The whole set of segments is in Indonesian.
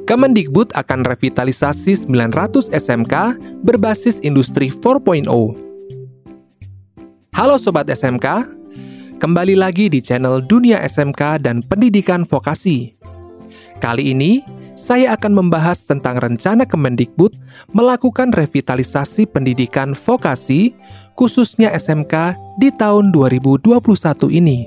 Kemendikbud akan revitalisasi 900 SMK berbasis industri 4.0. Halo Sobat SMK, kembali lagi di channel Dunia SMK dan Pendidikan Vokasi. Kali ini, saya akan membahas tentang rencana Kemendikbud melakukan revitalisasi pendidikan vokasi, khususnya SMK di tahun 2021 ini.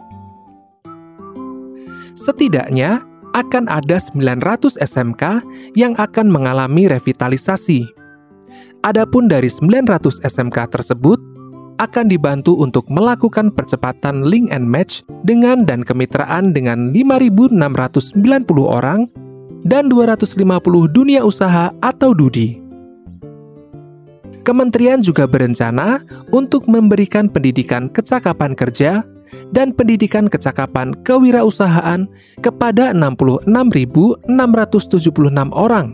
Setidaknya, akan ada 900 SMK yang akan mengalami revitalisasi. Adapun dari 900 SMK tersebut, akan dibantu untuk melakukan percepatan link and match dengan dan kemitraan dengan 5.690 orang dan 250 dunia usaha atau DUDI. Kementerian juga berencana untuk memberikan pendidikan kecakapan kerja dan pendidikan kecakapan kewirausahaan kepada 66.676 orang.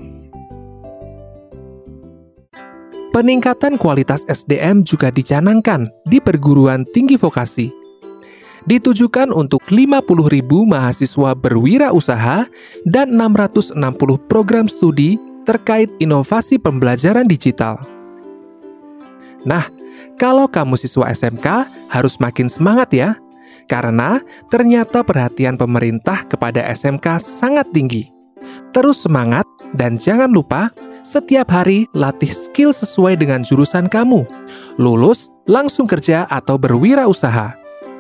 Peningkatan kualitas SDM juga dicanangkan di perguruan tinggi vokasi. Ditujukan untuk 50.000 mahasiswa berwirausaha dan 660 program studi terkait inovasi pembelajaran digital. Nah, kalau kamu siswa SMK harus makin semangat ya, karena ternyata perhatian pemerintah kepada SMK sangat tinggi. Terus semangat dan jangan lupa setiap hari latih skill sesuai dengan jurusan kamu. Lulus, langsung kerja atau berwirausaha.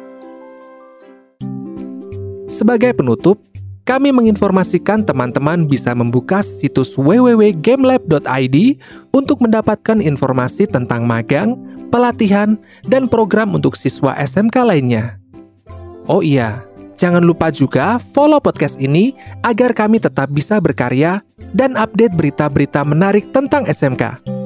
Sebagai penutup, kami menginformasikan teman-teman bisa membuka situs www.gamelab.id untuk mendapatkan informasi tentang magang, pelatihan, dan program untuk siswa SMK lainnya. Oh iya, jangan lupa juga follow podcast ini agar kami tetap bisa berkarya dan update berita-berita menarik tentang SMK.